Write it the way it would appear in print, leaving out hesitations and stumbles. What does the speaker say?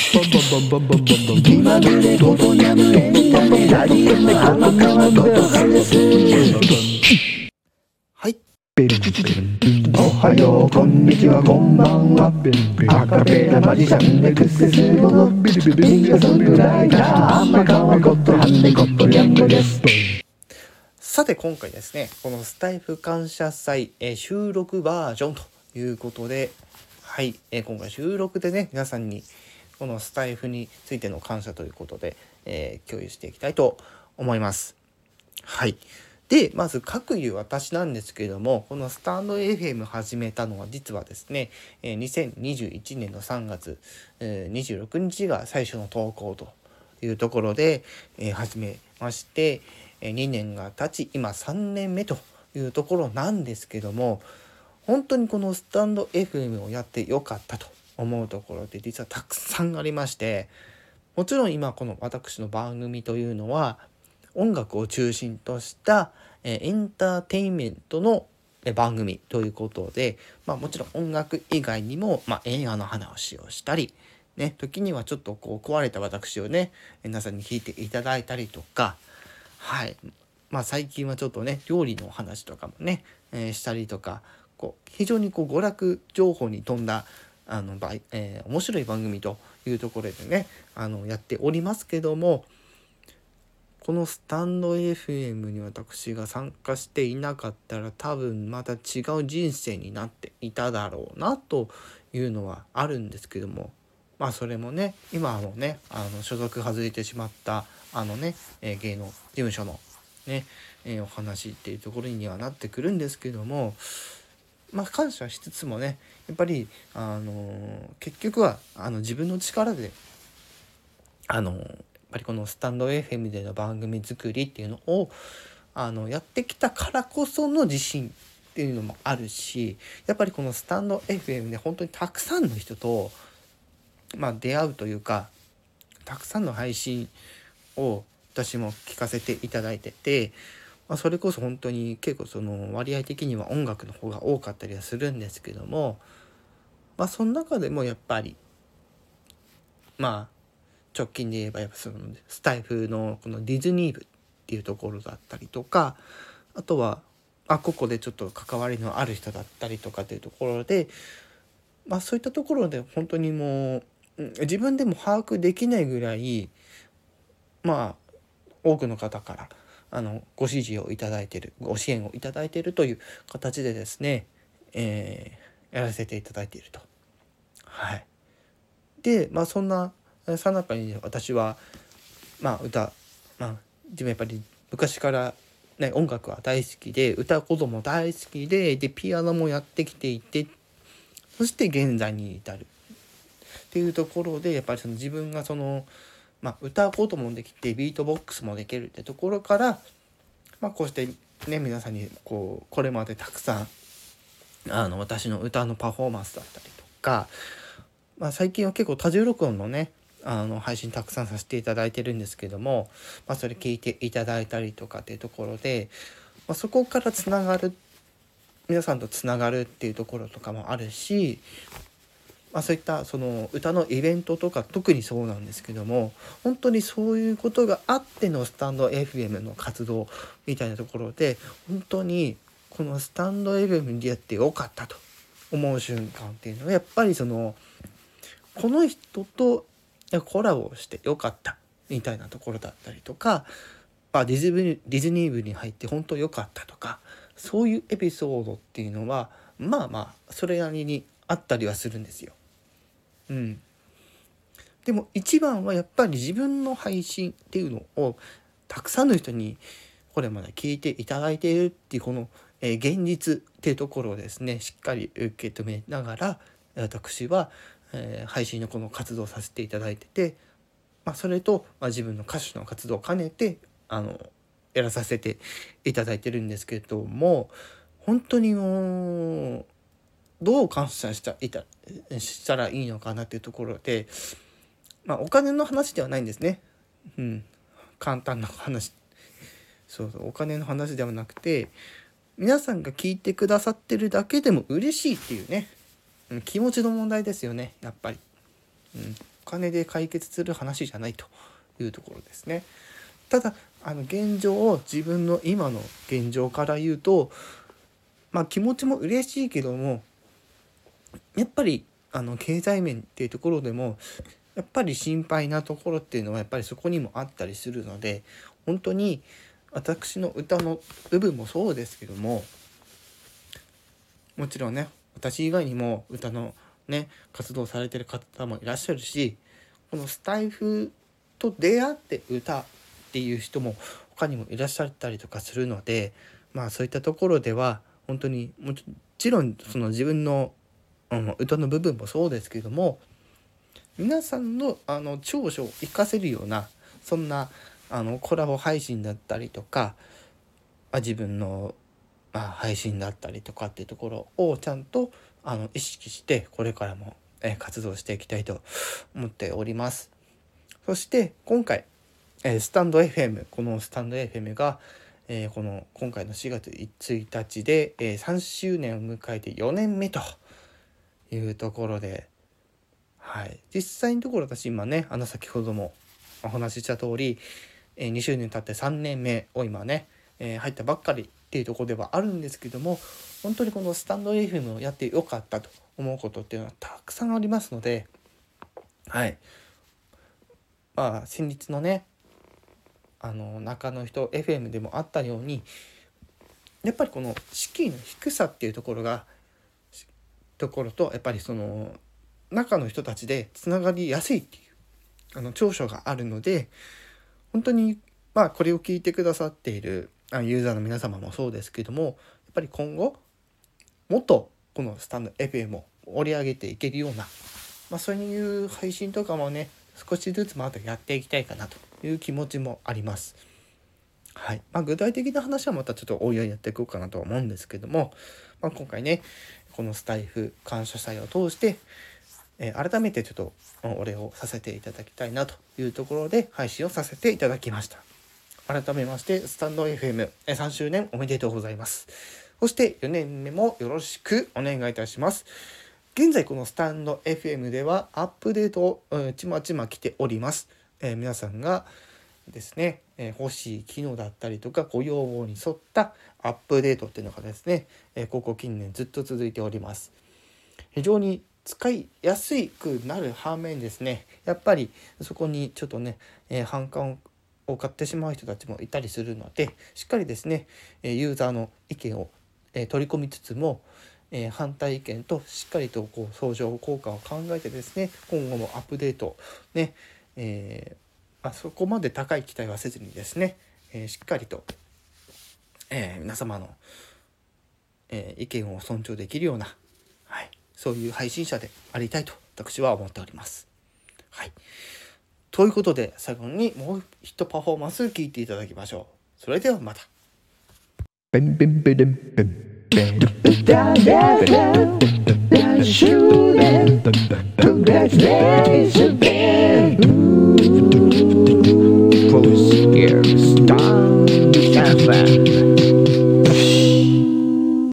気まぐれごとにゃむエンタメラリウム浜川ことはです。 はい、 おはようこんにちはこんばんは。アカペラマジシャンでクセスゴのシンガーソングライター浜川ことはねことにゃむです。 さて今回ですね、このスタイフ感謝祭、収録バージョンということで、はい、今回収録でね、皆さんにこのスタイフについての感謝ということで、共有していきたいと思います。はい。で、まず各言う私なんですけれども、このスタンド FM 始めたのは実はですね、2021年の3月、26日が最初の投稿というところで、始めまして、2年が経ち、今3年目というところなんですけども、本当にこのスタンド FM をやってよかったと思うところで実はたくさんありまして、もちろん今この私の番組というのは音楽を中心としたエンターテインメントの番組ということで、もちろん音楽以外にも、映画の話をしたり、ね、時にはちょっとこう壊れた私をね、皆さんに聞いていただいたりとか、はい。最近はちょっとね、料理の話とかもね、したりとか、非常に娯楽情報に富んだ面白い番組というところでね、やっておりますけども、このスタンド FM に私が参加していなかったら多分また違う人生になっていただろうなというのはあるんですけども、それもね、今はもうね、所属外れてしまった芸能事務所のね、お話っていうところにはなってくるんですけども、感謝しつつもね、やっぱり結局は自分の力でやっぱりこのスタンド FM での番組作りっていうのをやってきたからこその自信っていうのもあるし、やっぱりこのスタンド FM で本当にたくさんの人と、出会うというか、たくさんの配信を私も聞かせていただいてて、それこそ本当に結構その割合的には音楽の方が多かったりはするんですけども、その中でもやっぱり直近で言えばやっぱそのスタイフのこのディズニー部っていうところだったりとか、あとはここでちょっと関わりのある人だったりとかっていうところで、そういったところで本当にもう自分でも把握できないぐらい多くの方からご支持をいただいている、ご支援をいただいているという形でですね、やらせていただいていると。はい。で、そんなさなかに私は歌、自分やっぱり昔からね、音楽は大好きで、歌うことも大好きで、ピアノもやってきていて、そして現在に至るっていうところで、やっぱりその自分がその歌うこともできてビートボックスもできるってところから、こうしてね、皆さんにこれまでたくさん私の歌のパフォーマンスだったりとか、最近は結構多重録音のね配信たくさんさせていただいてるんですけども、それ聞いていただいたりとかっていうところで、そこからつながる、皆さんとつながるっていうところとかもあるし、そういったその歌のイベントとか特にそうなんですけども、本当にそういうことがあってのスタンド FM の活動みたいなところで、本当にこのスタンド FM に出会ってよかったと思う瞬間っていうのは、やっぱりそのこの人とコラボしてよかったみたいなところだったりとか、ディズニー部に入って本当よかったとか、そういうエピソードっていうのはそれなりにあったりはするんですよ。でも一番はやっぱり自分の配信っていうのをたくさんの人にこれまで聞いていただいているっていうこの、現実っていうところをですね、しっかり受け止めながら私は、配信のこの活動をさせていただいてて、それと、自分の歌手の活動を兼ねてやらさせていただいてるんですけども、本当にもうどう感謝したらいいのかなっていうところで、お金の話ではないんですね。簡単な話。お金の話ではなくて、皆さんが聞いてくださってるだけでも嬉しいっていうね、気持ちの問題ですよね、やっぱり。 金で解決する話じゃないというところですね。ただ現状を自分の今の現状から言うと、気持ちも嬉しいけども、やっぱり経済面っていうところでもやっぱり心配なところっていうのはやっぱりそこにもあったりするので、本当に私の歌の部分もそうですけども、もちろんね私以外にも歌のね活動されてる方もいらっしゃるし、このスタイフと出会って歌っていう人も他にもいらっしゃったりとかするので、そういったところでは本当にもちろんその自分の、歌の部分もそうですけども、皆さんの長所を活かせるようなそんなコラボ配信だったりとか、自分の、配信だったりとかっていうところをちゃんと意識してこれからも、活動していきたいと思っております。そして今回、スタンド FM このスタンド FM が、今回の4月1日で、3周年を迎えて4年目というところで、実際のところ私今ね先ほどもお話しした通り、2周年経って3年目を今ね、入ったばっかりっていうところではあるんですけども、本当にこのスタンド FM をやってよかったと思うことっていうのはたくさんありますので、先日のね中の人 FM でもあったように、やっぱりこの敷居の低さっていうところとやっぱりその中の人たちでつながりやすいっていう長所があるので、本当にこれを聞いてくださっているユーザーの皆様もそうですけども、やっぱり今後もっとこのスタンド FM を盛り上げていけるような、そういう配信とかもね少しずつまたやっていきたいかなという気持ちもあります。具体的な話はまたちょっとおいおいやっていこうかなとは思うんですけども、今回ねこのスタイフ感謝祭を通して、改めてちょっとお礼をさせていただきたいなというところで配信をさせていただきました。改めましてスタンド FM3 周年おめでとうございます。そして4年目もよろしくお願いいたします。現在このスタンド FM ではアップデートをちまちま来ております。皆さんがですね、欲しい機能だったりとかご要望に沿ったアップデートっていうのがですね、ここ近年ずっと続いております。非常に使いやすくなる反面ですね、やっぱりそこにちょっとね、反感を買ってしまう人たちもいたりするので、しっかりですねユーザーの意見を取り込みつつも、反対意見としっかりと相乗効果を考えてですね、今後もアップデートね、そこまで高い期待はせずにですね、しっかりと、皆様の、意見を尊重できるような、そういう配信者でありたいと私は思っております。ということで最後にもう一パフォーマンス聞いていただきましょう。それではまた。 Congratulations.